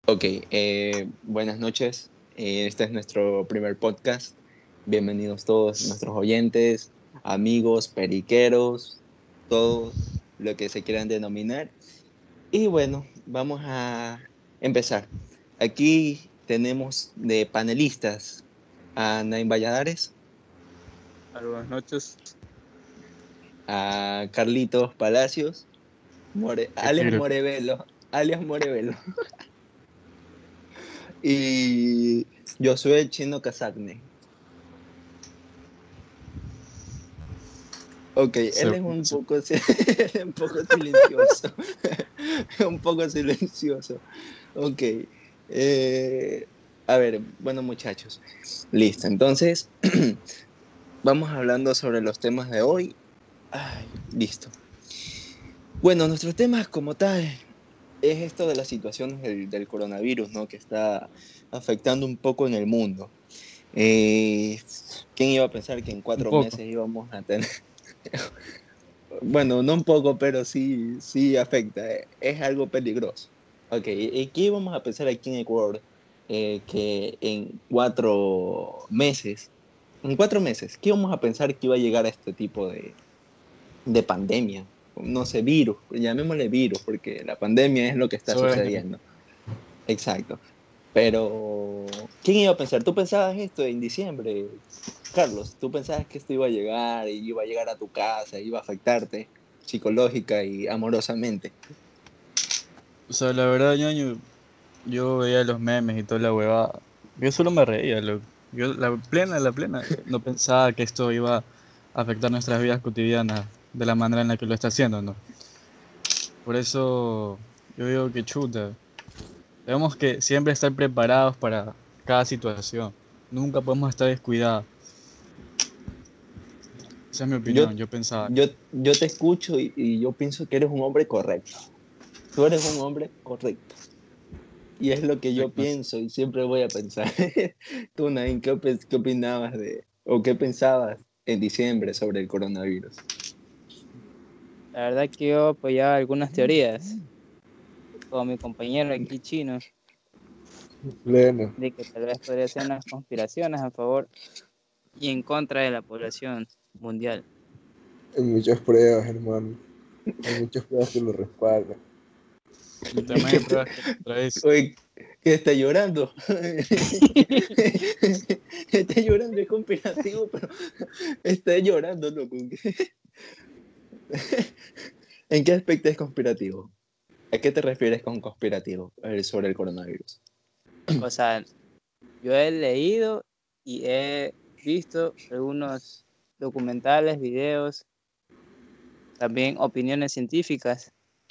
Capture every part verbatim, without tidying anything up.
Ok, eh, buenas noches. Eh, este es nuestro primer podcast. Bienvenidos todos nuestros oyentes, amigos, periqueros, todo lo que se quieran denominar. Y bueno, vamos a empezar. Aquí tenemos de panelistas a Naim Valladares, Hola, buenas noches. a Carlitos Palacios, More- ¿Qué alias tigre? Morevelo, alias Morevelo, y Josué Chino Casagne. Ok, Se- él es un se- poco, si- un poco silencioso. Un poco silencioso. Ok. eh, a ver, bueno, muchachos. Listo. Entonces, vamos hablando sobre los temas de hoy. Ay, listo. Bueno, nuestros temas como tal es esto de las situaciones del, del coronavirus, ¿no? Que está afectando un poco en el mundo. Eh, ¿quién iba a pensar que en un cuatro poco. meses íbamos a tener... Bueno, no un poco, pero sí, sí afecta. eh, Es algo peligroso. Ok, ¿y qué íbamos a pensar aquí en Ecuador? Eh, que en cuatro meses, en cuatro meses, ¿qué íbamos a pensar que iba a llegar a este tipo de, de pandemia? No sé, virus, llamémosle virus, porque la pandemia es lo que está Eso es. sucediendo. Exacto. Pero, ¿quién iba a pensar? ¿Tú pensabas esto en diciembre, Carlos? ¿Tú pensabas que esto iba a llegar y iba a llegar a tu casa, iba a afectarte psicológica y amorosamente? O sea, la verdad, ñaño, yo veía los memes y toda la huevada. Yo solo me reía, loco. Yo, la plena, la plena, no pensaba que esto iba a afectar nuestras vidas cotidianas de la manera en la que lo está haciendo, ¿no? Por eso yo digo que chuta. Tenemos que siempre estar preparados para cada situación. Nunca podemos estar descuidados. Esa es mi Yo, opinión, yo pensaba. yo, yo te escucho y, y yo pienso que eres un hombre correcto. Tú eres un hombre correcto. Y es lo que Sí, yo no. pienso y siempre voy a pensar. Tú, Nain, ¿qué, opi- qué opinabas de, o qué pensabas en diciembre sobre el coronavirus? La verdad que yo apoyaba algunas teorías, como mi compañero aquí chino, Pleno. de que tal vez podría ser unas conspiraciones a favor y en contra de la población mundial. Hay muchas pruebas, hermano. Hay muchas pruebas que lo respaldan. Y también ¿Qué hay te- pruebas que traes. Oye, que está llorando. Está llorando, es conspirativo, pero está llorando, loco. ¿En qué aspecto es conspirativo? ¿A qué te refieres con conspirativo eh, sobre el coronavirus? O sea, yo he leído y he visto algunos documentales, videos, también opiniones científicas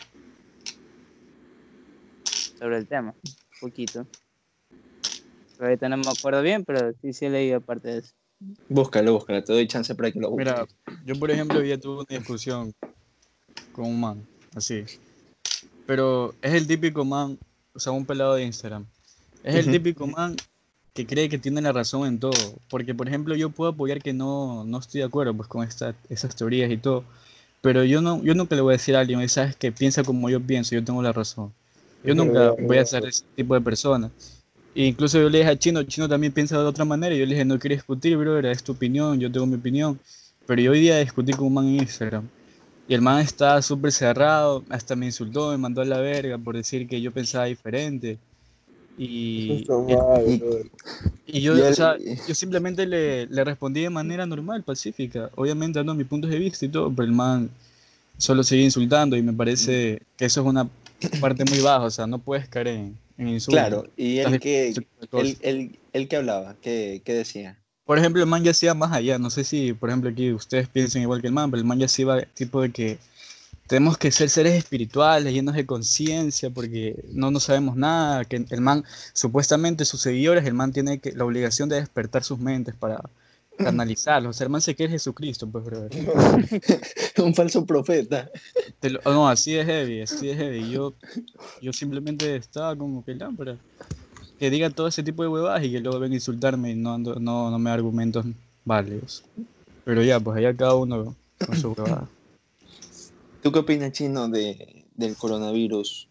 sobre el tema, un poquito. Pero ahorita no me acuerdo bien, pero sí, sí he leído parte de eso. Búscalo, búscalo, te doy chance para que lo Mira, busques. yo por ejemplo ya tuve una discusión con un man, así. Pero es el típico man, o sea, un pelado de Instagram. Es el Ujú. típico man que cree que tiene la razón en todo. Porque, por ejemplo, yo puedo apoyar que no, no estoy de acuerdo pues, con esta, esas teorías y todo. Pero yo no, yo nunca le voy a decir a alguien, sabes que piensa como yo pienso, yo tengo la razón. Yo Es nunca verdad, voy a ser hermano. ese tipo de persona. E incluso yo le dije a Chino, Chino también piensa de otra manera. Y yo le dije, no quiero discutir, brother, es tu opinión, yo tengo mi opinión. Pero yo hoy día discutí con un man en Instagram. Y el man estaba súper cerrado, hasta me insultó, me mandó a la verga por decir que yo pensaba diferente. Eso Y, está el- mal, Y, brother. y y yo, o sea, él, yo simplemente le, le respondí de manera normal, pacífica, obviamente dando mi punto de vista y todo, pero el man solo sigue insultando y me parece que eso es una parte muy baja, o sea, no puedes caer en, en insultos. claro, y Estás él discutiendo que, ese tipo de él, cosas. él, él que hablaba, ¿qué, qué decía? Por ejemplo, el man ya se iba más allá, no sé si, por ejemplo, aquí ustedes piensan igual que el man, pero el man ya se iba tipo de que tenemos que ser seres espirituales, llenos de conciencia, porque no, no sabemos nada, que el man, supuestamente sus seguidores, el man tiene que, la obligación de despertar sus mentes para canalizarlos. O sea, el man se cree Jesucristo, pues, brother. Un falso profeta. Te lo- no, así es heavy, así es heavy. Yo, yo simplemente estaba como que lámpara. Que diga todo ese tipo de huevadas y que luego venga a insultarme y no, ando- no, no me da argumentos válidos. Pero ya, pues allá cada uno con su huevada. ¿Tú qué opinas, Chino, de, del coronavirus?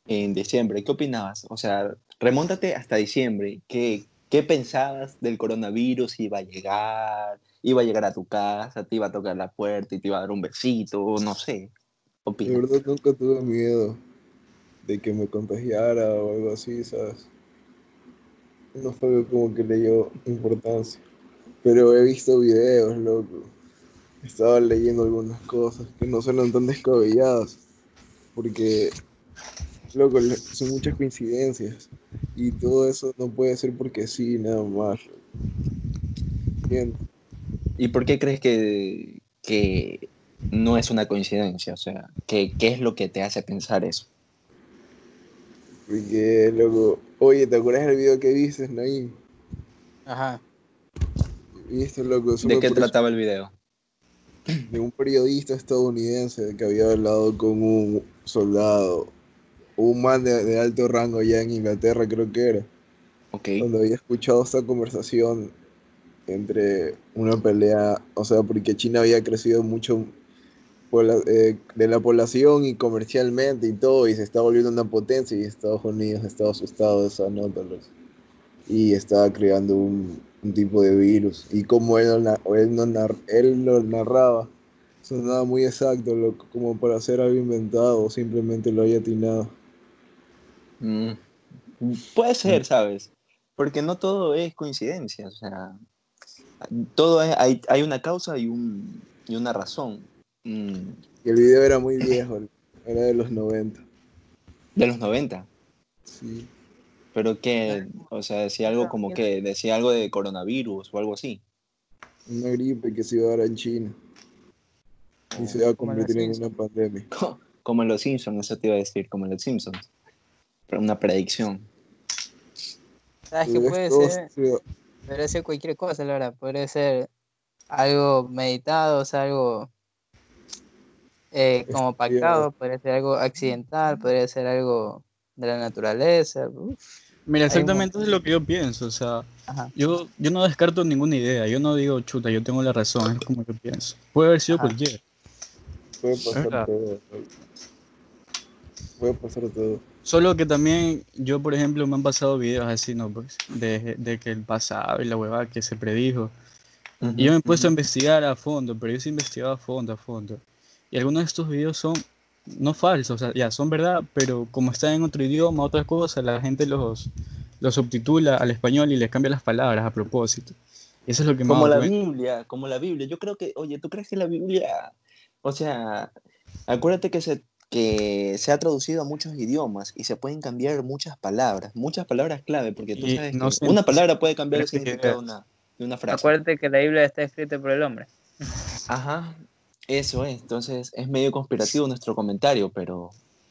en diciembre. ¿Qué opinabas? O sea, remóntate hasta diciembre. ¿Qué, qué pensabas del coronavirus? ¿Iba a llegar? ¿Iba a llegar a tu casa? ¿Te iba a tocar la puerta y te iba a dar un besito? No sé. ¿Qué De opinas? verdad nunca tuve miedo de que me contagiara o algo así, ¿sabes? No fue como que le dio importancia. Pero he visto videos, loco. Estaba leyendo algunas cosas que no suenan tan descabelladas, porque, loco, le- son muchas coincidencias. Y todo eso no puede ser porque sí, nada más. Bien, ¿Y por qué crees que, que no es una coincidencia? O sea, ¿qué, qué es lo que te hace pensar eso? porque, loco, oye, ¿te acuerdas del video que viste, Naim? Ajá. Viste, loco, eso ¿De me qué pareció trataba el video? de un periodista estadounidense que había hablado con un soldado, un man de, de alto rango allá en Inglaterra, creo que era, Ok. donde había escuchado esta conversación entre una pelea, o sea, porque China había crecido mucho pobla- eh, de la población y comercialmente y todo, y se está volviendo una potencia, y Estados Unidos estaba asustado de esa nota, loco, y estaba creando un, un tipo de virus, y como él, lo na- o él, no nar- él lo narraba, sonaba muy exacto, loco, como para hacer algo inventado, o simplemente lo haya atinado. Mm, puede Mm. ser, ¿sabes? Porque no todo es coincidencia. O sea, todo es- hay, hay una causa y, un, y una razón. Mm, Y el video era muy viejo, era de los noventa. de los noventa. Sí, Pero Ah, que, o sea, decía algo eso, como eso- que, decía algo de coronavirus o algo así. una gripe que se iba a dar en China y O se va a como los convertir en una Simpsons. pandemia. co- como en los Simpsons, eso te iba a decir, como en los Simpsons. Pero una predicción. ¿Sabes qué Pero puede esto ser? se va- Podría ser cualquier cosa, la verdad. Podría ser algo meditado, o sea, algo eh, como estudiado. pactado, podría ser algo accidental, podría ser algo de la naturaleza. Uf, Mira, hay un exactamente eso es montón. lo que yo pienso, o sea, Ajá, yo, yo no descarto ninguna idea, yo no digo, chuta, yo tengo la razón, es como yo pienso. Puede haber sido ajá. cualquiera, Puede es pasar verdad. todo, puede pasar todo. Solo que también yo, por ejemplo, me han pasado videos así, ¿no? Pues, de, de que el pasado y la huevada que se predijo. Y yo Ujú. me he puesto a investigar a fondo, pero yo sí he investigado a fondo, a fondo. Y algunos de estos videos son no falsos, o sea, ya son verdad, pero como están en otro idioma, otras cosas, la gente los, los subtitula al español y les cambia las palabras a propósito. Y eso es lo que me he Como dado la cuenta. Biblia, como la Biblia. Yo creo que, oye, ¿tú crees que la Biblia, o sea, acuérdate que se, que se ha traducido a muchos idiomas y se pueden cambiar muchas palabras, muchas palabras clave, porque tú Y sabes no que se una no se palabra puede cambiar el diferentes significado de ideas. una, de una frase. Acuérdate que la Biblia está escrita por el hombre. Ajá, eso es. Entonces es medio conspirativo nuestro comentario, pero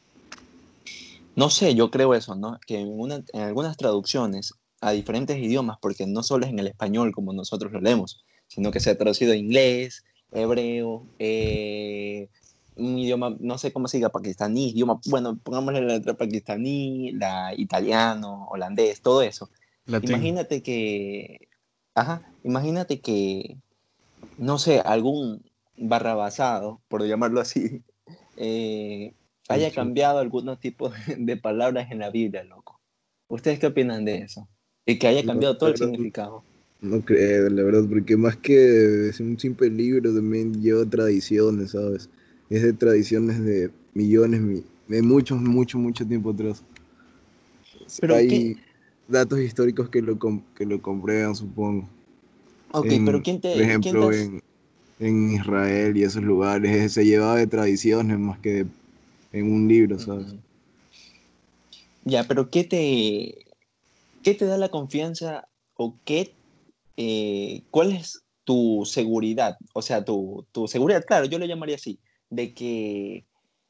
no sé, yo creo eso, ¿no? Que en, una, en algunas traducciones a diferentes idiomas, porque no solo es en el español como nosotros lo leemos, sino que se ha traducido a inglés, hebreo, eh, un idioma, no sé cómo se diga, pakistaní, idioma, bueno, pongámosle la letra pakistaní, la italiano, holandés, todo eso. Latín. Imagínate que, ajá, imagínate que, no sé, algún barrabasado, por llamarlo así, eh, haya Chucha. cambiado algunos tipos de palabras en la Biblia, loco. ¿Ustedes qué opinan de eso? Y que haya No, cambiado todo la el verdad, significado. no creo, la verdad, porque más que es un simple libro también lleva tradiciones, ¿sabes? Es de tradiciones de millones, mi- de muchos, mucho, mucho tiempo atrás. Pero qué, Hay datos históricos que lo, com- que lo comprueban, supongo. ok, pero En, ¿quién por te, quién te ejemplo, has- en, en Israel y esos lugares, eh, se llevaba de tradiciones más que de- en un libro, ¿sabes? Ujú. Ya, pero ¿qué te, qué te da la confianza o qué, eh, cuál es tu seguridad? O sea, tu, tu seguridad, claro, yo lo llamaría así, de que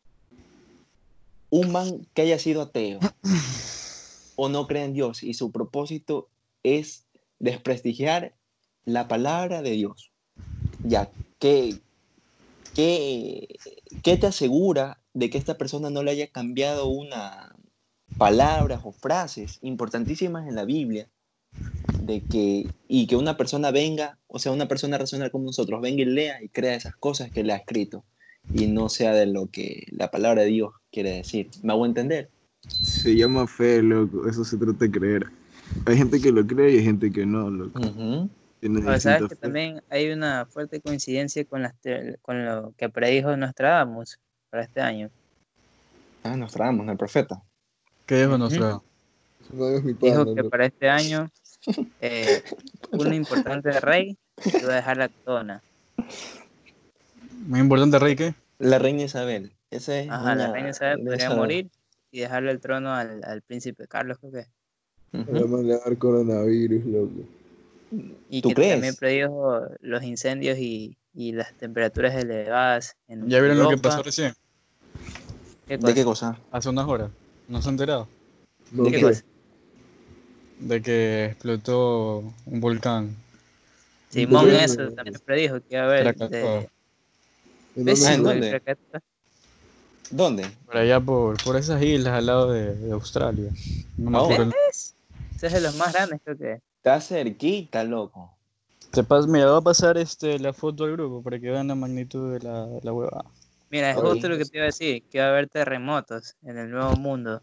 un man que haya sido ateo o no cree en Dios y su propósito es desprestigiar la palabra de Dios. Ya, ¿qué, qué, qué te asegura de que esta persona no le haya cambiado una palabras o frases importantísimas en la Biblia de que, y que una persona venga, o sea, una persona racional como nosotros, venga y lea y crea esas cosas que le ha escrito y no sea de lo que la palabra de Dios quiere decir? ¿Me hago entender? Se llama fe, loco. Eso se trata de creer. Hay gente que lo cree y hay gente que no, loco. Ujú. Tiene Pero sabes distintas que fe. también hay una fuerte coincidencia con, las te- con lo que predijo Nostradamus para este año. Ah, nos traemos el profeta. ¿Qué dijo Ujú. nuestro? No es mi Dijo pana, que loco. para este año eh, un importante rey iba a dejar la corona. Muy importante, Rey, ¿qué? La reina Isabel. Esa es Ajá, la una... reina Isabel de podría esa- morir y dejarle el trono al, al príncipe Carlos, creo que. Ujú. Además le va a dar coronavirus, loco. Y ¿Tú que crees? también predijo los incendios y, y las temperaturas elevadas en ¿Ya vieron lo que Europa. pasó recién? ¿Qué ¿De qué cosa? cosa? Hace unas horas. ¿No se han enterado? No ¿De ¿Qué qué? cosa? De que explotó un volcán. Simón ¿Dónde? eso también predijo que iba a haber Krakatoa. de... ¿En ¿Ves? dónde Ah, ¿en Lo fue? del dónde? Krakatoa. ¿Dónde? Por allá, por, por esas islas al lado de, de Australia. No me Oh. acuerdo. el- ¿Ves? Ese es de los más grandes, creo que. Está cerquita, loco. Te pas- Mira, voy a pasar este, la foto al grupo para que vean la magnitud de la, de la huevada. Mira, es Ok. justo lo que te iba a decir, que va a haber terremotos en el Nuevo Mundo.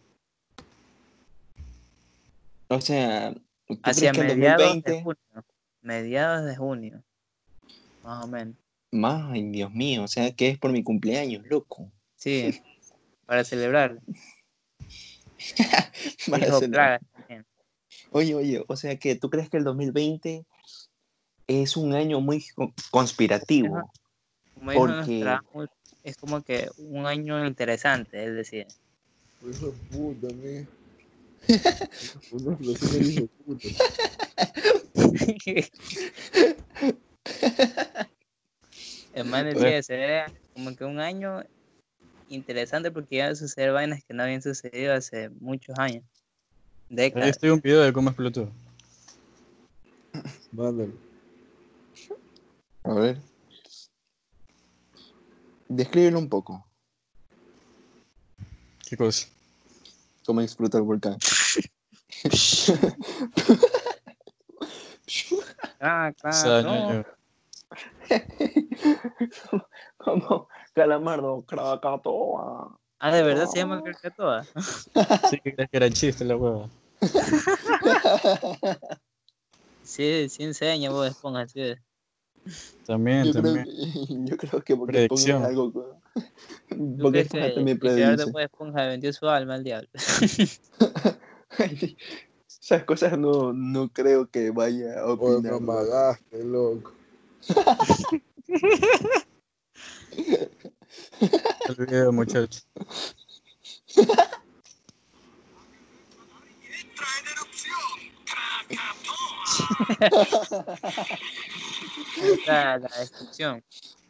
O sea, ¿tú Hacia crees que el mediados de dos mil veinte... junio. Mediados de junio, más o menos. Más, ay, Dios mío, o sea, que es por mi cumpleaños, loco. Sí, para celebrar. Para Dijo hacer- plagas también. Oye, oye, o sea, que ¿tú crees que el dos mil veinte es un año muy co- conspirativo? Como dijo Porque- Nostradamus, es como que un año interesante, es decir. Hijo de puta, me. Una explosión de hijo de puta. El man decía que sería como que un año interesante porque iban a suceder vainas que no habían sucedido hace muchos años. Ahí Décadas. estoy un video de cómo explotó. Mándalo. A ver. Descríbelo un poco. ¿Qué cosa? Cómo explota el volcán. Ah, O sea, claro. ñaño, Como Calamardo, Krakatoa. Ah, ¿de verdad se llama Krakatoa? sí que crees que era chiste la hueva. Sí, sí enseña, vos Esponja, sí. También, Yo creo, también. que, yo creo que porque Predicción. pongas algo. ¿Tú Porque crees Esponja que también el creador de predice. Bob Esponja vendió su alma al diablo? Esas cosas no, no creo que vaya a Oye, me opinar. ¿no? amagaste, loco. El video, muchachos. Ahí está la descripción.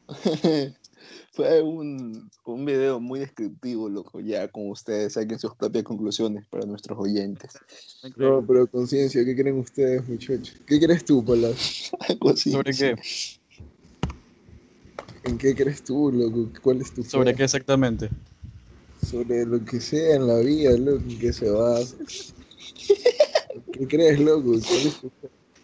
Fue un, un video muy descriptivo, loco. Ya con ustedes saquen sus propias conclusiones para nuestros oyentes. Muy claro. No, pero conciencia, ¿qué creen ustedes, muchachos? ¿Qué crees tú, Palas? Algo así. ¿Sobre qué? ¿En qué crees tú, loco? ¿Cuál es tu fe? ¿Sobre qué exactamente? Sobre lo que sea en la vida, loco, en qué se basa. ¿Qué crees, loco? ¿Cuál es tu fe?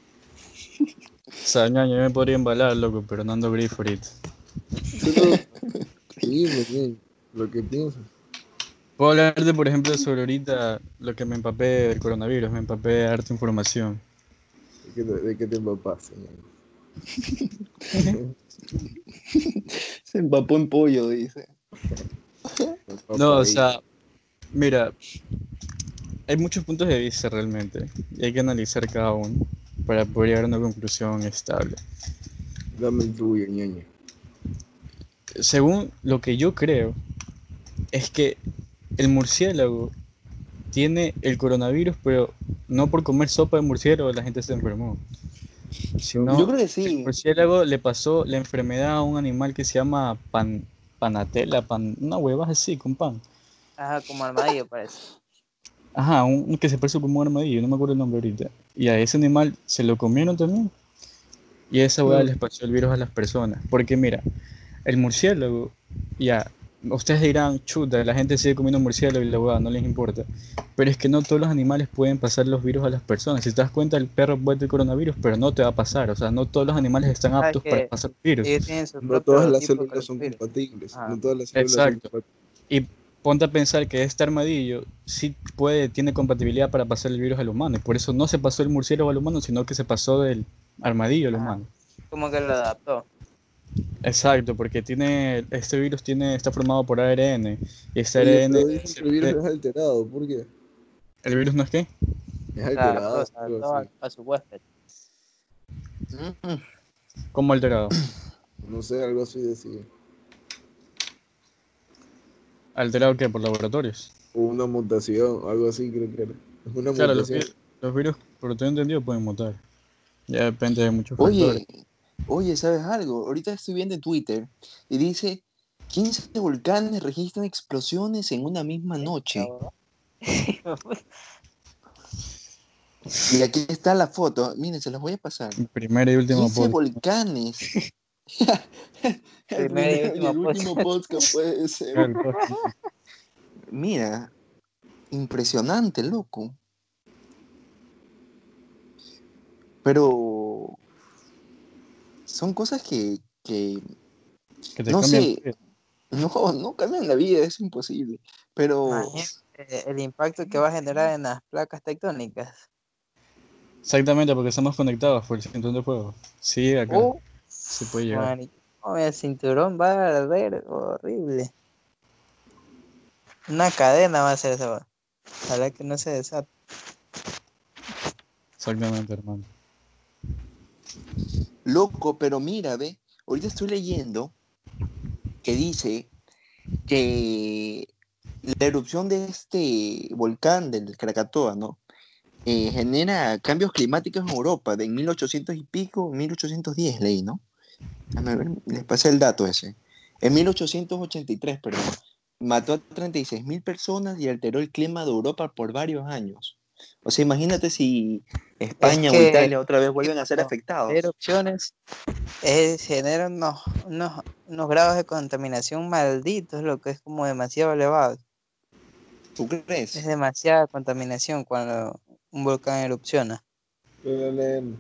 O sea, ñaño, yo me podría embalar, loco, pero no ando grifo ahorita. Solo dime, men, lo que piensas. Puedo hablarte, por ejemplo, sobre ahorita lo que me empapé del coronavirus, me empapé de harta información. ¿De qué te, de qué te empapaste, man? Se empapó en pollo, dice. No, o sea, mira, hay muchos puntos de vista realmente, y hay que analizar cada uno para poder llegar a una conclusión estable. Dame el tuyo, ñaño. Según lo que yo creo, es que el murciélago tiene el coronavirus, pero no por comer sopa de murciélago la gente se enfermó, sino Yo creo que el sí. murciélago le pasó la enfermedad a un animal que se llama pan, panatela, pan, una hueva así, con pan. Ajá, como armadillo parece. Ajá, un, un que se parece como un armadillo, no me acuerdo el nombre ahorita. Y a ese animal se lo comieron también. Y esa hueá Mm. les pasó el virus a las personas. Porque mira, el murciélago, ya, ustedes dirán, chuta, la gente sigue comiendo murciélago y la hueá no les importa. Pero es que no todos los animales pueden pasar los virus a las personas. Si te das cuenta, el perro puede tener coronavirus, pero no te va a pasar. O sea, no todos los animales están Ah, aptos que para pasar virus. Ellos tienen su No propio todas las tipo de células son coronavirus. compatibles. Ah. No todas las células Exacto. son compatibles. Y ponte a pensar que este armadillo sí puede, tiene compatibilidad para pasar el virus al humano. Y por eso no se pasó el murciélago al humano, sino que se pasó del armadillo al Ajá. humano. Como que lo adaptó. Exacto, porque tiene, este virus tiene, está formado por A R N. Y este Oye, A R N, pero dicen se que el virus puede- es alterado, ¿por qué? ¿el virus no es qué? Es Se adaptó, alterado, se algo adaptó a, así. a su huésped. Mm, ¿Cómo alterado? No sé, algo así decía. ¿Alterado qué? ¿Por laboratorios? O una mutación, algo así creo que era. Es una Claro, los, mutación. vi- los virus, por lo que he entendido, pueden mutar. Ya depende de muchos factores. Oye, oye, ¿sabes algo? Ahorita estoy viendo en Twitter y dice quince volcanes registran explosiones en una misma noche. Y aquí está la foto. Miren, se las voy a pasar. El primer y último quince podcast. volcanes. El Primero y primero y último el último podcast puede ser. Claro, el podcast. Mira, impresionante, loco. Pero son cosas que, que Que te no cambian sé, la vida. no, no cambian la vida, es imposible. Pero Imagínate el impacto que va a generar en las placas tectónicas. Exactamente, porque estamos conectados por el cinturón de fuego. Sí, acá. Oh, Se puede llegar. man, no, el cinturón va a arder horrible. Una cadena va a ser eso. Ojalá que no se desate. Exactamente, hermano. loco, pero mira, ve, ahorita estoy leyendo que dice que la erupción de este volcán del Krakatoa, ¿no? Eh, genera cambios climáticos en Europa de en mil ochocientos y pico, mil ochocientos diez leí, ¿no? Déjame ver, les pasé el dato ese. En mil ochocientos ochenta y tres, perdón, mató a treinta y seis mil personas y alteró el clima de Europa por varios años. O sea, imagínate si Es España o que Italia otra vez vuelven a ser no, afectados. erupciones es, generan unos, unos, unos grados de contaminación malditos, lo que es como demasiado elevado. ¿Tú Es crees? demasiada contaminación cuando un volcán erupciona. Pero leen,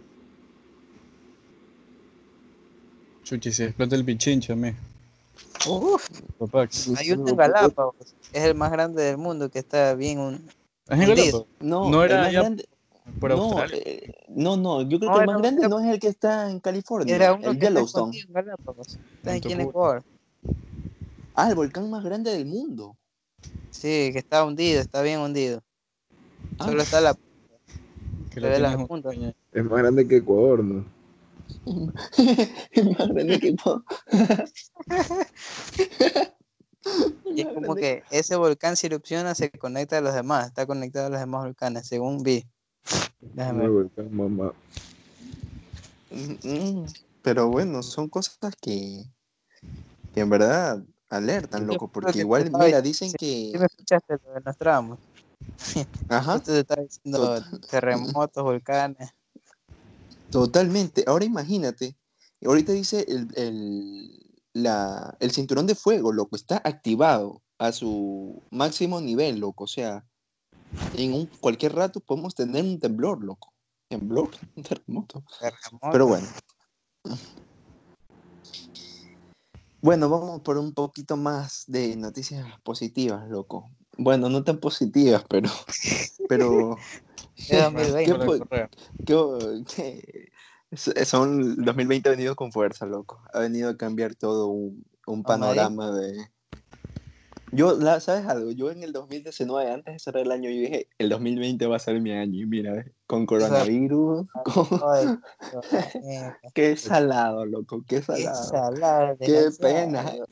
Chuchi, se explota el pichincho, me. Uf, Papax. hay uno en Galápagos, es el más grande del mundo, que está bien un, ¿Es en hundido. Galápagos? No, No el era más allá grande, por no, Australia. eh, no, no, yo creo No, que el era, más grande era, no es el que está en California, era uno el que está Yellowstone. escondido en Galápagos. Está En aquí en Tucumán. Ecuador. Ah, el volcán más grande del mundo. Sí, que está hundido, está bien hundido. Ah, Solo está la, Que se lo ve tienes la un punta. pequeño- es más grande que Ecuador, ¿no? es más grande que Ecuador. Y es como que ese volcán si erupciona se conecta a los demás, está conectado a los demás volcanes, según vi. Déjame No, ver. volcán, mamá. Mm, Pero bueno, son cosas que, que en verdad alertan, Yo loco, lo porque que te igual, estaba mira, diciendo, dicen si, que... si me escuchaste lo de Nostradamus, Ajá, justo te estaba diciendo tot- terremotos, volcanes. totalmente. Ahora imagínate, ahorita dice el, el, la, el cinturón de fuego, loco, está activado a su máximo nivel, loco. O sea, en un, cualquier rato podemos tener un temblor, loco. Temblor, un terremoto. Pero Terremotos. bueno. Bueno, vamos por un poquito más de noticias positivas, loco. Bueno, no tan positivas, pero, pero Es ¿qué, Bueno, dos mil veinte. por la po- correa. qué- qué- es- son dos mil veinte ha venido con fuerza, loco. Ha venido a cambiar todo un, un No me digas. panorama de... Yo, la- ¿sabes algo? Yo en el dos mil diecinueve, antes de cerrar el año, yo dije, el dos mil veinte va a ser mi año. Y mira, ¿ves? Con coronavirus, con... Ay, Dios mío, qué salado, loco, qué qué salado. salada, Qué pena. desgraciado.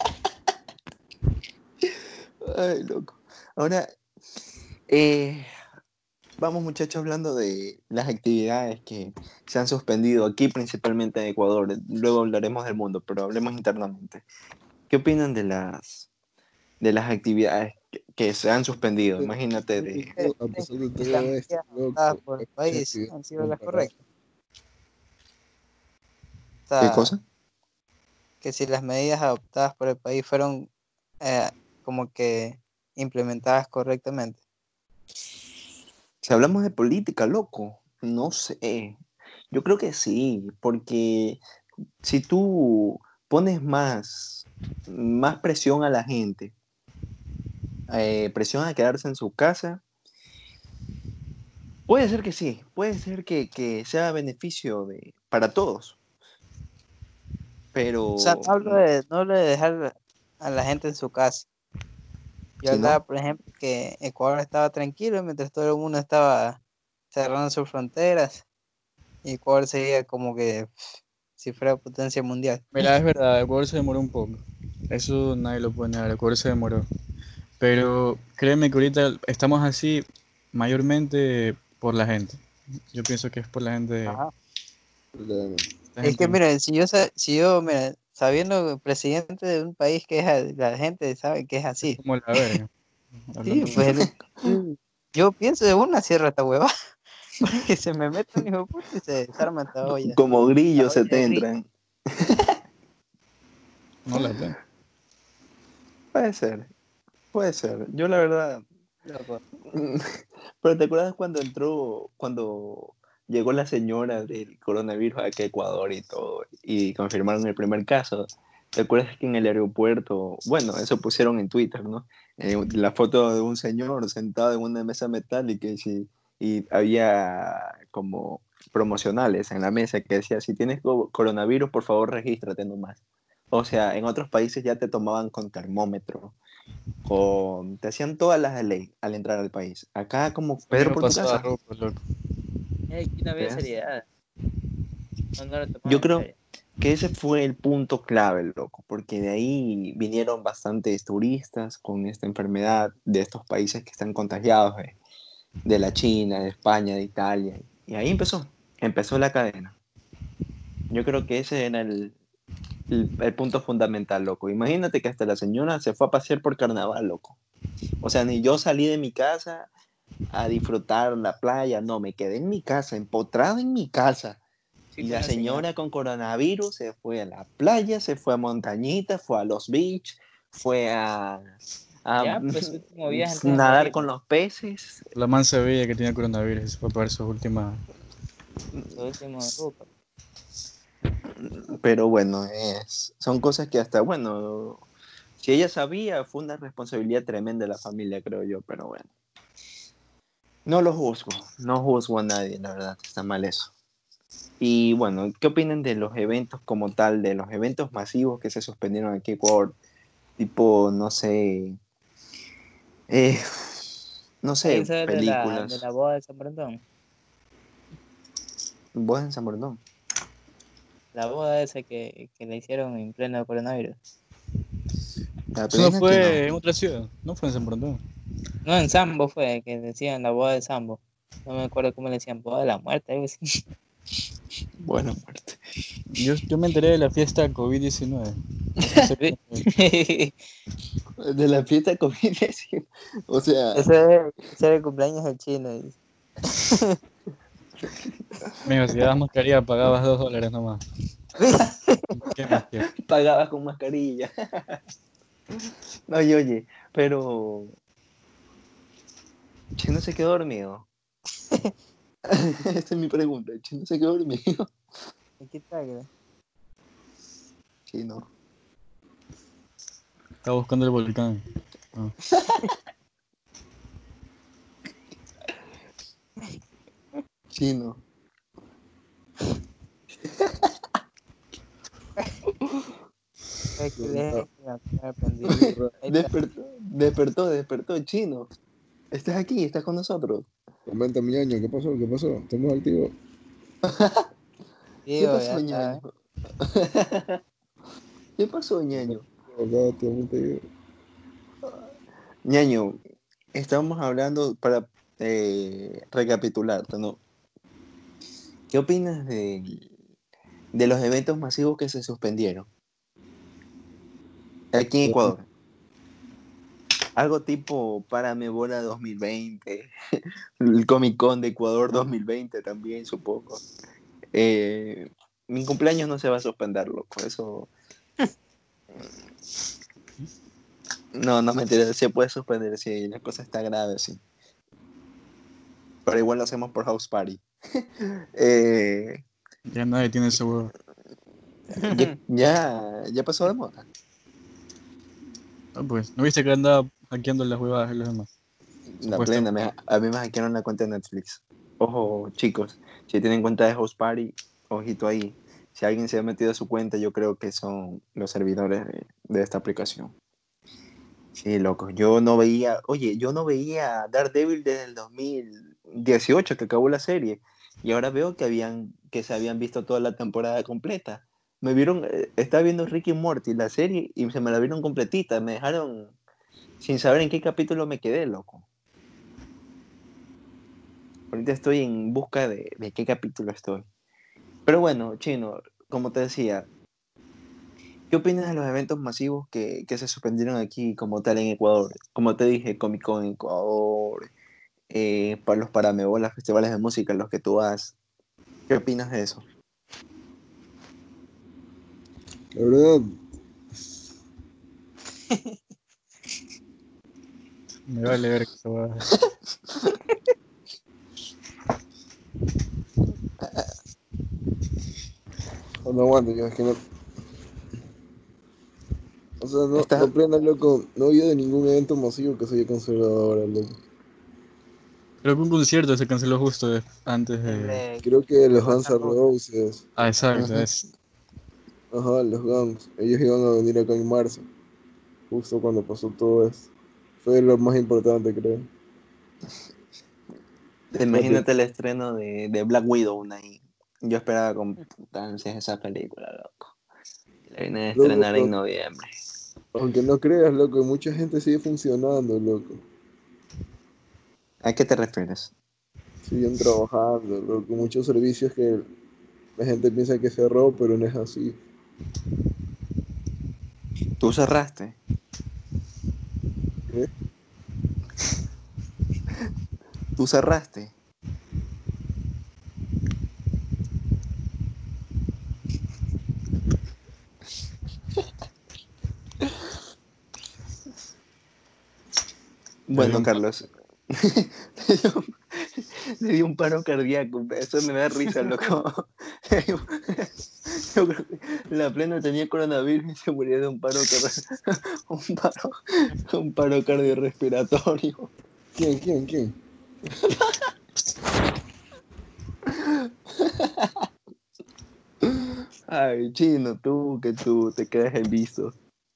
Ay, loco. Ahora, eh, vamos muchachos hablando de las actividades que se han suspendido aquí, principalmente en Ecuador. Luego hablaremos del mundo, pero hablemos internamente. ¿Qué opinan de las, de las actividades que, que se han suspendido? Imagínate de... ¿Ustedes A creen pesar de que las todo esto, medidas adoptadas loco, por hay el muchas país actividades han que sido han las parado. correctas? O ¿Qué sea, cosa? que si las medidas adoptadas por el país fueron eh, como que implementadas correctamente. Si hablamos de política, loco, no sé. Yo creo que sí, porque si tú pones más, más presión a la gente eh, presión a quedarse en su casa. Puede ser que sí, puede ser que, que sea beneficio de, para todos, O sea, no pero hablo de, no hablo de dejar a la gente en su casa. Yo si hablaba, no, por ejemplo, que Ecuador estaba tranquilo mientras todo el mundo estaba cerrando sus fronteras y Ecuador seguía como que pff, si fuera potencia mundial. Mira, es verdad, Ecuador se demoró un poco. Eso nadie lo puede negar, Ecuador se demoró. Pero créeme que ahorita estamos así mayormente por la gente. Yo pienso que es por la gente, Ajá. La- la Es que, gente miren, si yo, sa- si yo, mira, sabiendo presidente de un país que es, a- la gente sabe que es así. como la verga. Sí, Hablando pues claro. el- el- yo pienso de una cierro esta hueva, porque se me mete un hijo de puta y se desarma esta olla, como la grillos olla se de te grillo. entran. No la tengo. Puede ser, puede ser. Yo la verdad, Loco. pero ¿te acuerdas cuando entró, cuando llegó la señora del coronavirus aquí a Ecuador y todo, y confirmaron el primer caso? ¿Te acuerdas que en el aeropuerto, bueno, eso pusieron en Twitter, ¿no? Eh, la foto de un señor sentado en una mesa metálica y, sí, y había como promocionales en la mesa que decía, si tienes co- coronavirus, por favor, regístrate nomás. O sea, en otros países ya te tomaban con termómetro, con... te hacían todas las de ley al entrar al país. Acá como Lo Pedro mismo por tu pasaba casa. ropa, loco. Es que no había ¿Ves? seriedad, no, no lo Yo tomaban en creo serio. que ese fue el punto clave, loco, porque de ahí vinieron bastantes turistas con esta enfermedad de estos países que están contagiados, de, de la China, de España, de Italia. Y ahí empezó, empezó la cadena. Yo creo que ese era el, el, el punto fundamental, loco. Imagínate que hasta la señora se fue a pasear por carnaval, loco. O sea, ni yo salí de mi casa a disfrutar la playa, no, me quedé en mi casa, empotrado en mi casa. Sí, Y con la la señora. señora con coronavirus se fue a la playa, se fue a montañita, fue a los beach, fue a, a Ya, pues su último viaje antes de nadar morir, con los peces. La man sabía que tenía coronavirus y se fue para sus últimas. su último grupo. Pero bueno, es, son cosas que hasta, bueno, si ella sabía, fue una responsabilidad tremenda de la familia, creo yo, pero bueno. No lo juzgo, no juzgo a nadie, la verdad, está mal eso. Y bueno, ¿qué opinan de los eventos como tal, de los eventos masivos que se suspendieron aquí en Ecuador? Tipo, no sé, eh, no Ahí sé, se de la, de películas. la boda de San Brandón. ¿Vos en San Bernardo? La boda esa que, que le hicieron en pleno coronavirus. La Eso no plena que no. fue en otra ciudad, no fue en San Brandón. No, en Sambo fue, que decían la boda de Sambo. No me acuerdo cómo le decían, boda de la muerte, algo así. Bueno, muerte. Yo, yo me enteré de la fiesta COVID diecinueve. No sé cómo fue. De la fiesta COVID diecinueve. O sea, ese, ese era el cumpleaños del chino. dice. Mijo, si dabas mascarilla pagabas dos dólares nomás. ¿Qué más quieres? pagabas con mascarilla. No, oye, oye, pero Chino se quedó dormido. Esta es mi pregunta. Chino se quedó dormido. Aquí está, creo. Chino. Estaba buscando el volcán. No. Chino. Es que le No, dije que me había aprendido. Ahí está. Despertó, despertó, despertó, Chino. Estás aquí, estás con nosotros. comenta mi año, ¿qué pasó? ¿Qué pasó? ¿Estamos activos? ¿Qué Tío, ya pasó, está. ñaño? ¿Qué pasó, ñaño? Acá estamos activos. ñaño, estábamos hablando para eh, recapitular, ¿no? ¿Qué opinas de, de los eventos masivos que se suspendieron aquí en Ecuador? Algo tipo Paramebola dos mil veinte, el Comic Con de Ecuador dos mil veinte también, supongo. Eh, mi cumpleaños no se va a suspender, loco, eso... No, no mentira, se puede suspender si la cosa está grave, sí. Pero igual lo hacemos por House Party. eh, Ya nadie tiene ese huevo. ya, ya, ya pasó de moda. Ah, pues, ¿no viste que andaba hackeando las huevadas de los demás. La Supuesto. plena, me- a mí me hackearon la cuenta de Netflix. Ojo, chicos, si tienen cuenta de Host Party, ojito ahí. Si alguien se ha metido a su cuenta, yo creo que son los servidores de, de esta aplicación. Sí, loco, yo no veía, oye, yo no veía Daredevil desde el dos mil dieciocho que acabó la serie, y ahora veo que habían, que se habían visto toda la temporada completa. Me vieron, eh, estaba viendo Ricky y Morty, la serie, y se me la vieron completita, me dejaron sin saber en qué capítulo me quedé, loco. Ahorita estoy en busca de, de qué capítulo estoy. Pero bueno, Chino, como te decía, ¿qué opinas de los eventos masivos que, que se suspendieron aquí como tal en Ecuador? Como te dije, Comic Con en Ecuador, eh, para los Paramebolas, festivales de música en los que tú vas. ¿Qué opinas de eso? La verdad, Me vale ver que esa huevada. no aguanto, yo es que no. O sea, no, Está, no plena, loco. No había de ningún evento masivo que se haya cancelado ahora, loco. Creo que un concierto se canceló justo de- antes El de... de, Creo que de los Guns Guns N' N' Roses. Roses, Ah, exacto, ujú. es. ajá, los Guns, ellos iban a venir acá en marzo, justo cuando pasó todo esto. Fue lo más importante, creo. No te- Imagínate el estreno de, de Black Widow ahí. Yo esperaba con puta ansias esa película, loco. La vienen a Loco, estrenar en pero noviembre. aunque no creas, loco, mucha gente sigue funcionando, loco. ¿A qué te refieres? Siguen trabajando, loco. Muchos servicios que la gente piensa que cerró, pero no es así. ¿Tú cerraste? ¿Eh? ¿Tú cerraste? Le dio Bueno, un pa- Carlos, le dio, le dio un paro cardíaco, eso me da risa, loco. Yo creo que la plena tenía coronavirus y se murió de un paro, car- un paro, un paro cardiorrespiratorio. ¿Quién, quién, quién? Ay, chino, tú, que tú te quedas en visto.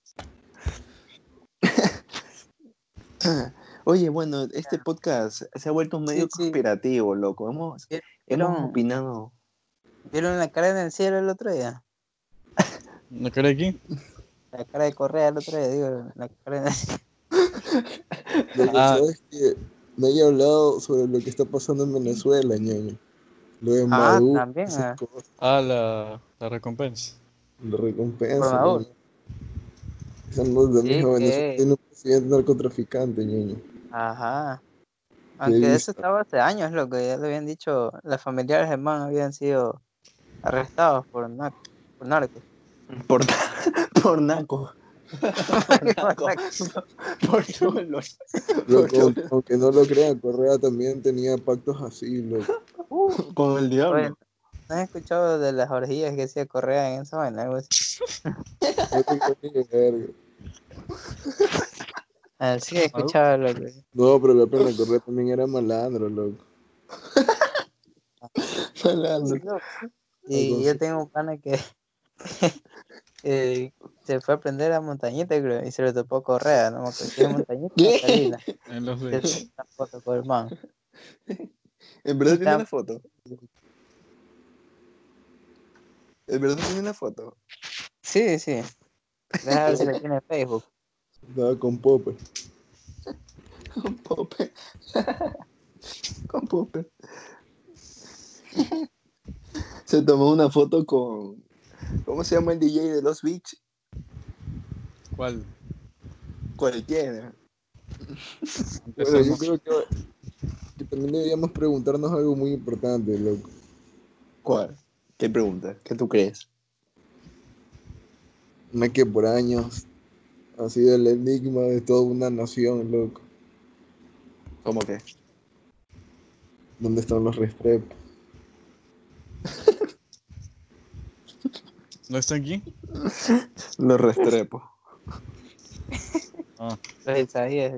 Oye, bueno, este podcast se ha vuelto un Sí, medio sí. conspirativo, loco. Hemos, hemos ¿Vieron, opinado. ¿vieron la cara en el cielo el otro día? ¿No crees aquí? La cara de Correa el otro día, digo, la cara en el cielo. Loco, Ah, ¿sabes que no haya hablado sobre lo que está pasando en Venezuela, ñaño? Lo de Ah, Maduro, también, esas ah, cosas, ah la, la recompensa. la por recompensa, ñaño. Maduro. Esa no es de mi Sí, hijo, Venezuela que, tiene un presidente narcotraficante, ñaño. ajá. ¿Qué he Aunque eso visto? estaba hace años, lo que ya le habían dicho, las familiares de man habían sido arrestados por, nac- por narcos. Por, por naco. Por Por naco. narcos. Por cholo. Por Loco, cholo. aunque no lo crean, Correa también tenía pactos así, loco. Uh, Con el oye, diablo. ¿no has escuchado de las orgías que hacía Correa en esa vaina? Algo así. No tengo ni verga. Ah, sí, he Maduro. escuchado lo que... No, pero la pena, Correa también era malandro, loco. Sí, Malandro. no. Y yo Entonces, tengo un pana que, que se fue a aprender a montañita, creo, y se le topó Correa, no me acuerdo si es montañita o ¿Qué? salina. En los Y él dos. tomó una foto con el man. ¿En Y verdad tiene está, una foto? ¿En verdad tiene una foto? sí, sí. Deja ver si la tiene en Facebook. estaba con Popper. Con Pope. Con Pope. Se tomó una foto con. ¿Cómo se llama el D J de Los Beach? ¿Cuál? Cualquiera. Bueno, yo Empezamos. creo que, que también deberíamos preguntarnos algo muy importante, loco. ¿Cuál? ¿Qué pregunta? ¿Qué tú crees? Una que por años ha sido el enigma de toda una nación, loco. ¿Cómo que? ¿Dónde están los Restrepo? ¿No está aquí? Los Restrepo. Ah, Los Isaías.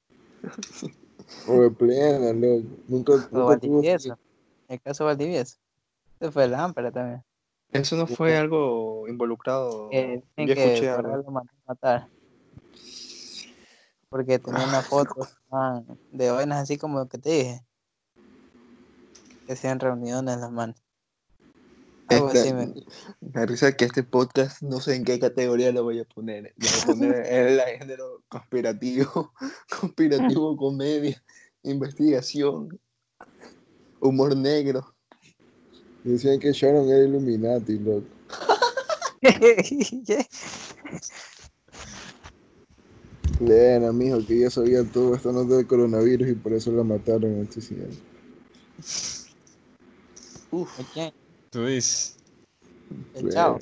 O de plena, loco. Nunca, O nunca tuvo así. Valdivieso. El caso Valdivieso. Ese fue lámpara también. Eso no fue algo involucrado. Que dicen Yo que escuché por algo. algo lo mandó a matar. Porque tenía una foto ah, de vainas así como lo que te dije. Que hacían reuniones las manos. Algo Esta, así me. me risa que este podcast no sé en qué categoría lo voy a poner. Lo voy a poner en el género conspirativo, conspirativo, comedia, investigación, humor negro. Decían que Sharon era Illuminati, loco. ¿Qué? Plena, mijo, que ella sabía todo esta nota del coronavirus y por eso la mataron en este cine. Uf, ¿A quién? tú dices. El chavo.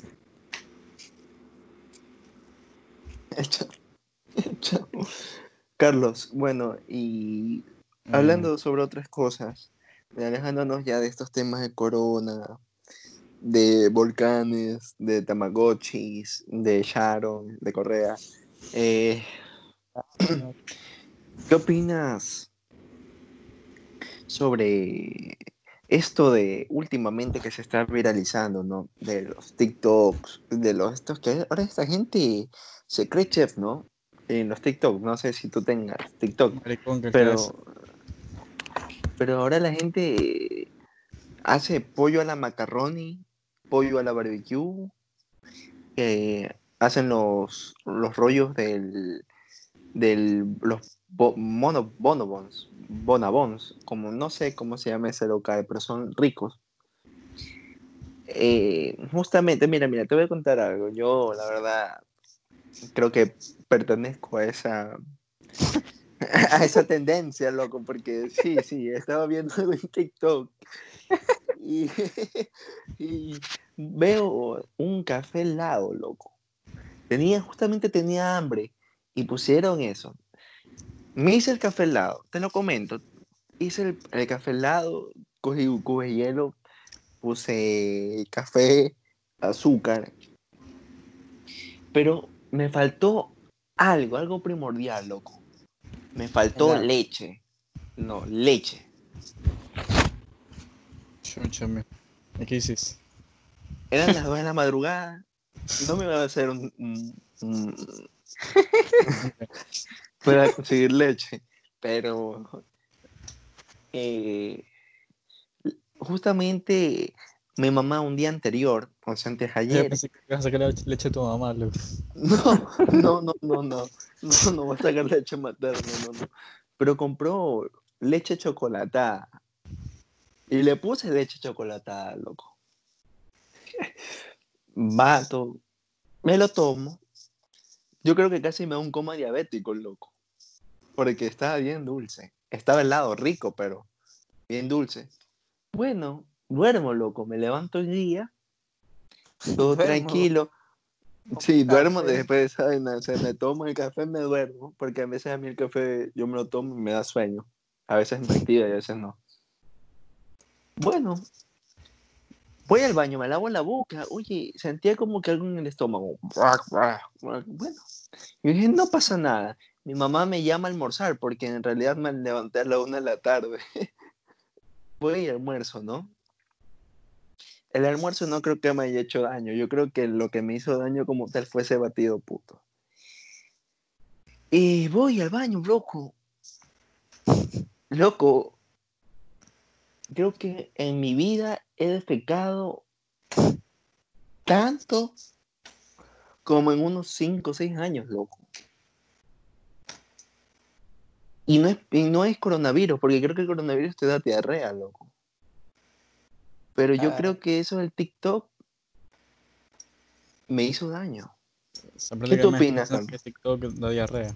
el chavo, el chavo. Carlos, bueno, y Mm, hablando sobre otras cosas, alejándonos ya de estos temas de corona, de volcanes, de Tamagotchis, de Sharon, de Correa, eh, ¿qué opinas sobre esto de últimamente que se está viralizando, ¿no? De los TikToks, de los estos que ahora esta gente se cree chef, ¿no? En los TikTok, no sé si tú tengas TikTok, maricón que crees. pero, pero ahora la gente hace pollo a la macaroni, pollo a la barbecue, eh, hacen los, los rollos del, del los bo- mono, bonobons, bonabons, como no sé cómo se llama ese local, pero son ricos. Eh, justamente, mira, mira, te voy a contar algo. Yo, la verdad, creo que pertenezco a esa, a esa tendencia, loco, porque sí, sí, estaba viendo algo en TikTok y, y veo un café helado, loco. Tenía, justamente tenía hambre y pusieron eso. Me hice el café helado, te lo comento. Hice el, el café helado, cogí un cubo de hielo, puse café, azúcar, pero me faltó algo, algo primordial, loco. Me faltó Helado. leche. No, leche. Chucha, mi- ¿y qué hiciste? Eran las dos de la madrugada. No me iba a hacer un, un- un- para conseguir leche, pero eh, justamente mi mamá un día anterior, o sea, antes de Yo ayer, pensé que ibas a sacar la leche de tu mamá, loco. no, no, no, no, no, no, no va a sacar leche materna, no, no, pero compró leche chocolatada y le puse leche chocolatada, loco. Vato, me lo tomo. Yo creo que casi me da un coma diabético, loco, porque estaba bien dulce. Estaba helado, rico, pero bien dulce. Bueno, duermo, loco, me levanto el día, todo Duermo tranquilo. con Sí, duermo café. después de esa vaina, o sea, me tomo el café, me duermo, porque a veces a mí el café yo me lo tomo y me da sueño. A veces me activa y a veces no. Bueno, voy al baño, me lavo la boca, oye, sentía como que algo en el estómago. Bueno, yo dije, no pasa nada. Mi mamá me llama a almorzar porque en realidad me levanté a la una de la tarde. Voy y almuerzo, ¿no? El almuerzo no creo que me haya hecho daño. Yo creo que lo que me hizo daño como tal fue ese batido puto. Y voy al baño, loco. Loco, creo que en mi vida he defecado tanto como en unos cinco o seis años, loco. Y no, es, y no es coronavirus, porque creo que el coronavirus te da diarrea, loco. Pero yo Ah, creo que eso del TikTok me hizo daño. O sea, ¿Qué tú prácticamente opinas, diciendo que Carlos? TikTok da diarrea.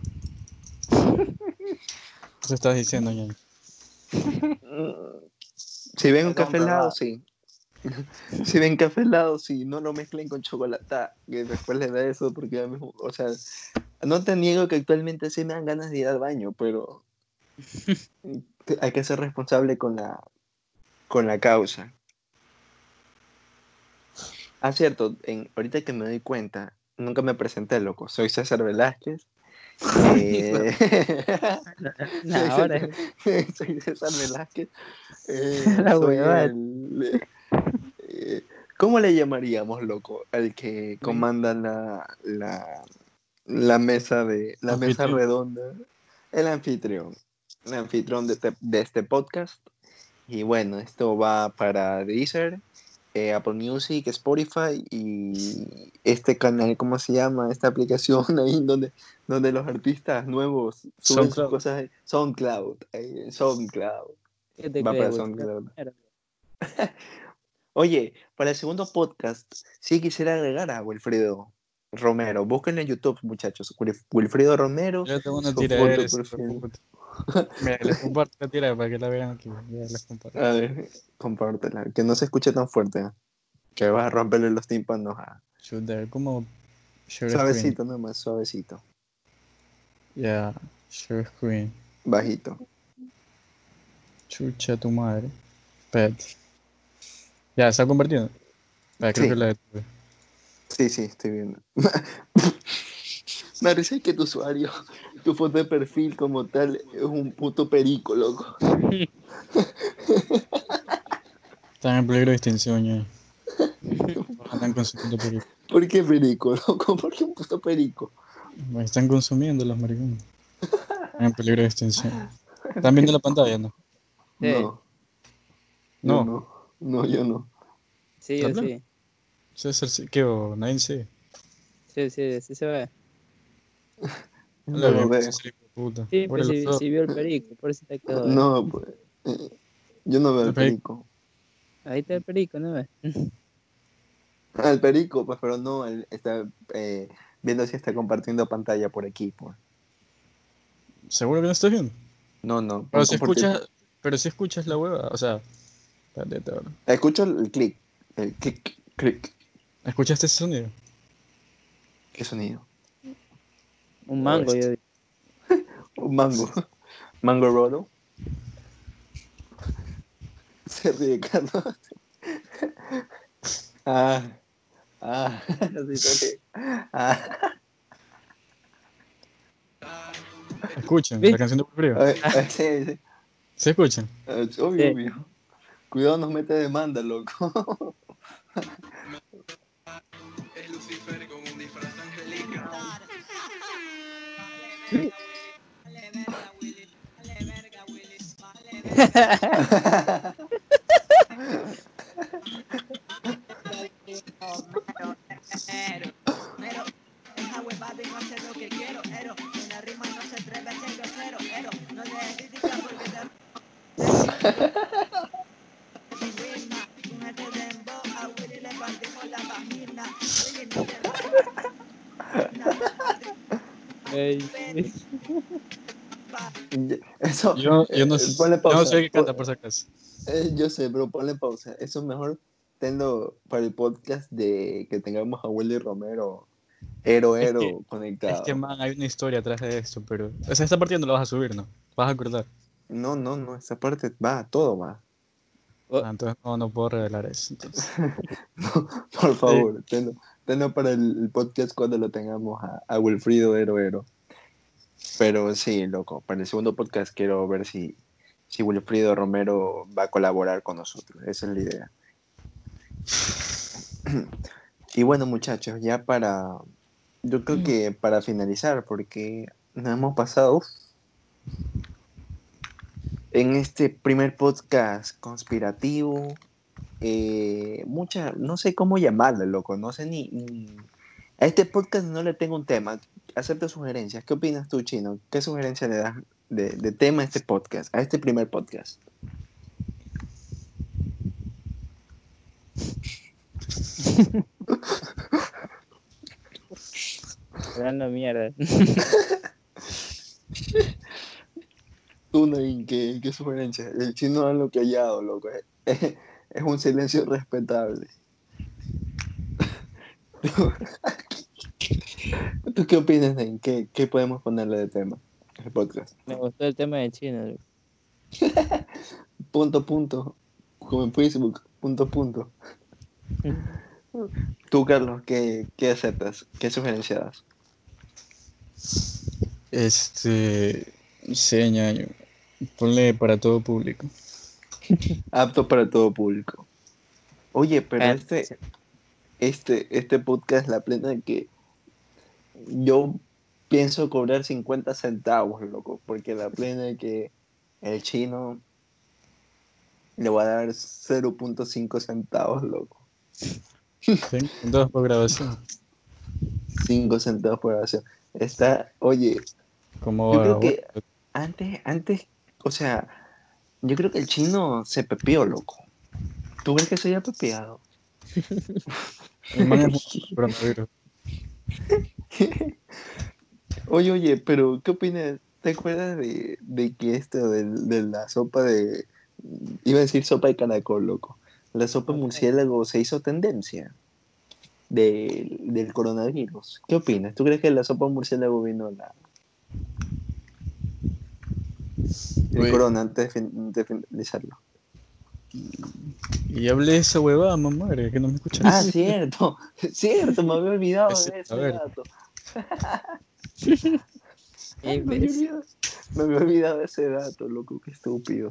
Eso estás diciendo, ñaño. Mm, Si ven un es café helado, comprobado. sí. Si ven café helado, sí. No lo mezclen con chocolate, que después les da eso, porque a mí, o sea, no te niego que actualmente sí me dan ganas de ir al baño, pero hay que ser responsable con la, con la causa. Ah, cierto, en, ahorita que me doy cuenta, nunca me presenté, loco. Soy César Velázquez Eh, Nah, soy, ahora César, soy César Velázquez. Eh, la soy huevada. el... eh, ¿Cómo le llamaríamos, loco? Al que Uy. comanda la, la, la mesa de la mesa Anfitrión. redonda. El anfitrión. El anfitrión de este, de este podcast. Y bueno, esto va para Deezer, eh, Apple Music, Spotify y este canal, ¿cómo se llama? Esta aplicación ahí donde, donde los artistas nuevos suben sus SoundCloud. cosas. ahí. SoundCloud. ahí, SoundCloud. ¿Qué te Va crees, para güey? SoundCloud. Oye, para el segundo podcast, sí quisiera agregar a Wilfrido Romero. Búsquenlo en YouTube, muchachos. Wilf- Wilfrido Romero, Yo tengo una su tiradera, foto ese perfil. puta. Mira, les comparto la tira para que la vean aquí. Ya les comparto. A ver, compártela. Que no se escuche tan fuerte. ¿eh? Que vas a romperle los tímpanos a... Shooter, como share screen. Suavecito nomás, suavecito. Ya, share screen. Bajito. Chucha tu madre. Espérate. Ya, ¿se ha convertido? Ah, creo Sí. que la detuve. Sí, sí, estoy viendo. Me parece que tu usuario, tu foto de perfil como tal, es un puto perico, loco. Están en peligro de extinción ya. Andan consumiendo perico. ¿Por qué perico, loco? ¿Por qué un puto perico? Me están consumiendo los maricones. Están en peligro de extinción. ¿Están viendo la pantalla, no? Sí, No, yo No. no. No, yo no. sí, yo ¿Habla? sí. César, sí, ¿qué? O nadie sé. Sí, sí, sí se ve. No Habla lo bien, veo. César, hijo de puta. Sí, Abre pues los sí, ojos. sí vio el perico, por eso te quedó. eh. No, pues. eh, Yo no veo El el perico. perico. Ahí está el perico, ¿no ves? Ah, el perico, pues, pero no, él está eh, viendo si está compartiendo pantalla por aquí, pues. ¿Seguro que no estás viendo? No, no, Pero pon si compartir. escuchas, pero si escuchas la hueva, o sea, espérate ahora. Escucho el clic. El clic, clic. ¿Escuchaste ese sonido? ¿Qué sonido? Un O mango, este. yo Un mango. Mango Rodo. Se ríe, Carlos. Ah, ah, sí se ríe. Ah, Escuchen, la ¿viste? canción de Frío. a ver, a ver, sí, sí. ¿Se escuchan? Es obvio, Sí. obvio. Cuidado, nos mete demanda, loco. Es Lucifer con un disfraz angelical. Esa huevada y no hace lo que quiero, ero. En la rima no se atreve a ser grosero, ero. No le critica porque te sin rima. Con este dembow a Willy le partimos la vagina. Willy no te Ey, Eso, Yo, yo, no, eh, s- ponle yo no pausa. sé qué po- canta por si acaso. eh, yo sé, pero ponle pausa. Eso es mejor tenlo para el podcast de que tengamos a Willy Romero, Ero Es que, Ero, es que, conectado. man, hay una historia atrás de esto, pero... O sea, esta partida no la vas a subir, ¿no? Vas a acordar. No, no, no, esa parte va, todo va. Oh. Ah, entonces no, no puedo revelar eso, entonces. No, por favor, tenlo, tenlo para el, el podcast cuando lo tengamos a, a Wilfrido Ero Ero. Pero sí, loco, para el segundo podcast quiero ver si, si Wilfrido Romero va a colaborar con nosotros. Esa es la idea. Y bueno, muchachos, ya para, yo creo que para finalizar, porque nos hemos pasado uf, en este primer podcast conspirativo, eh, mucha, no sé cómo llamarlo, loco, no sé ni, ni- a este podcast no le tengo un tema, acepto sugerencias. ¿Qué opinas tú, Chino? ¿Qué sugerencia le das de, de tema a este podcast, a este primer podcast? Hablando mierda. Tú, Nain, ¿qué, qué sugerencia? El Chino da lo callado, loco. Es, es un silencio respetable. ¿Tú qué opinas, Nain? ¿Qué, qué podemos ponerle de tema al podcast? Me gustó el tema de China. loco. Punto, punto. Como en Facebook, punto, punto. Tú, Carlos, ¿qué, qué aceptas? ¿Qué sugerencia das? Este. No sé, ñaño. Ponle para todo público. Apto para todo público. Oye, pero Ah, este, este, este podcast, la plena de que yo pienso cobrar cincuenta centavos, loco, porque la plena de que el chino le va a dar cero punto cinco centavos, loco. ¿Sí? Dos por grabación. cinco centavos por grabación. Está, oye, Como yo creo bueno, que antes, antes, o sea, yo creo que el chino se pepeó, loco. ¿Tú crees que se haya pepeado? el man es un coronavirus. Oye, oye, pero ¿qué opinas? ¿Te acuerdas de, de que esto de, de la sopa de... Iba a decir sopa de caracol, loco. La sopa de murciélago se hizo tendencia del del coronavirus. ¿Qué opinas? ¿Tú crees que la sopa de murciélago vino la, el Güey, corona antes de, fin- de finalizarlo? y hablé de esa huevada, mamá, es que no me escuchas. Ah, cierto, cierto, me había olvidado Ese- de a ese ver. dato. ¿qué Me había ves? olvidado, me había olvidado de ese dato, loco, qué estúpido.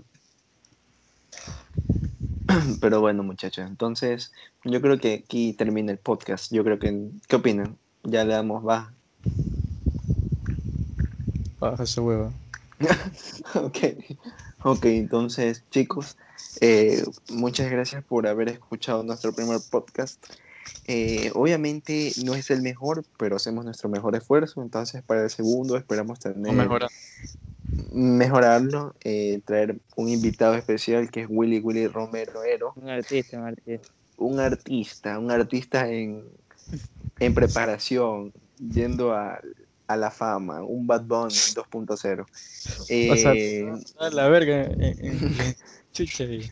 Pero bueno, muchachos, entonces yo creo que aquí termina el podcast. Yo creo que, ¿qué opinan? Ya le damos baja. Baja esa hueva. Ok, ok, entonces chicos, eh, muchas gracias por haber escuchado nuestro primer podcast. Eh, obviamente no es el mejor, pero hacemos nuestro mejor esfuerzo. Entonces para el segundo esperamos No tener mejora. mejorarlo, eh, traer un invitado especial que es Willy Willy Romero Ero, Un artista, un artista. un artista, un artista en, en preparación, yendo a, a la fama, un Bad Bunny dos punto cero. O sea, Eh, a la verga en, en- en- chucha y-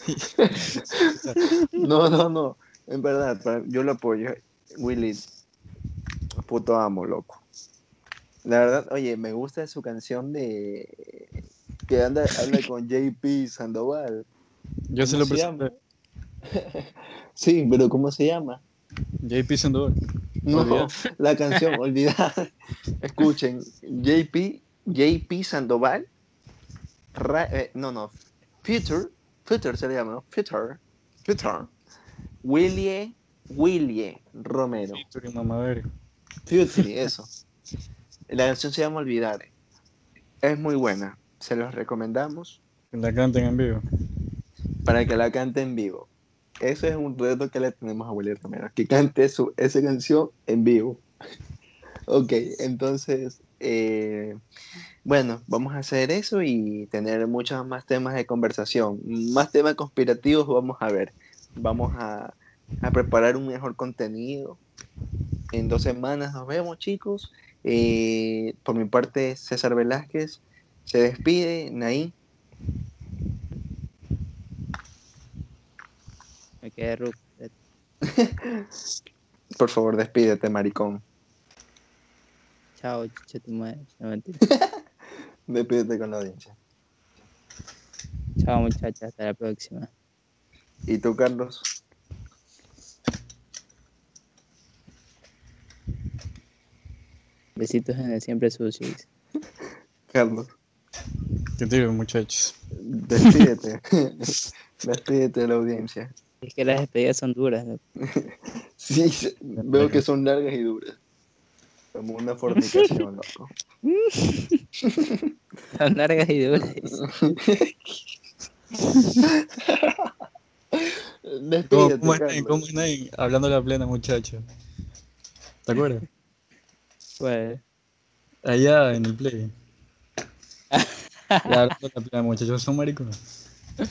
no, no, no, en verdad, para- yo lo apoyo. Willy, puto amo, loco. La verdad, oye, me gusta su canción de que anda, habla con J P Sandoval. Yo se ¿Cómo lo se llama? presenté. Sí, pero ¿cómo se llama? J P Sandoval. No, Olvidar. la canción, olvidada. Escuchen, J P, J P Sandoval, Ra- eh, no, no, Future, Future se le llama, ¿no? Future, Future, Willie, Willie Romero, Featuring mamadero. Future, eso. La canción se llama Olvidar. Es muy buena, se los recomendamos Que la canten en vivo. para que la cante en vivo. Eso es un reto que le tenemos a Willie Romero, que cante su, esa canción en vivo. Ok, entonces, eh, bueno, vamos a hacer eso y tener muchos más temas de conversación, más temas conspirativos vamos a ver. Vamos a, a preparar un mejor contenido. En dos semanas nos vemos, chicos. Eh, por mi parte, César Velázquez se despide. Naí, Me quedé ruco. por favor, despídete, maricón. Chao, chucha tu madre. No, mentira. Despídete con la audiencia. Chao, muchachos. Hasta la próxima. ¿Y tú, Carlos? Besitos en el siempre sucio. dice. Carlos, Que digo, muchachos. despídete. Despídete de la audiencia. Es que las despedidas son duras. ¿no? Sí, se- veo que son largas y duras. Como una fornicación, loco. Son largas y duras. dice. ¿Cómo, Despídete, cómo es, Carlos. ¿Cómo es Nain? Hablando a la plena, muchacho. ¿Te acuerdas? Pues, Allá en el play. Ya hablando a la plena, muchachos, son maricones.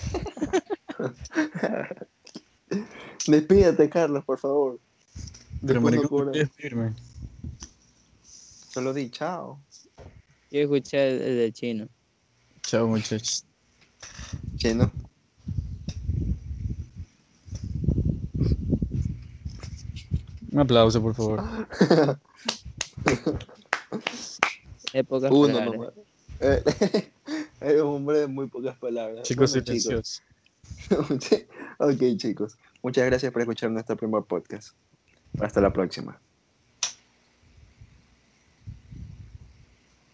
Despídete, Carlos, por favor. Pero Después no maricón, ¿por cobran. qué despedirme? Solo di chao. yo escuché el, el del chino. Chao, muchachos. Chino. Un aplauso, por favor. Es pocas Uno palabras. nomás. Eh, Es un hombre de muy pocas palabras. Chicos Bueno, silenciosos. Ok, chicos. Muchas gracias por escuchar nuestro primer podcast. Hasta la próxima.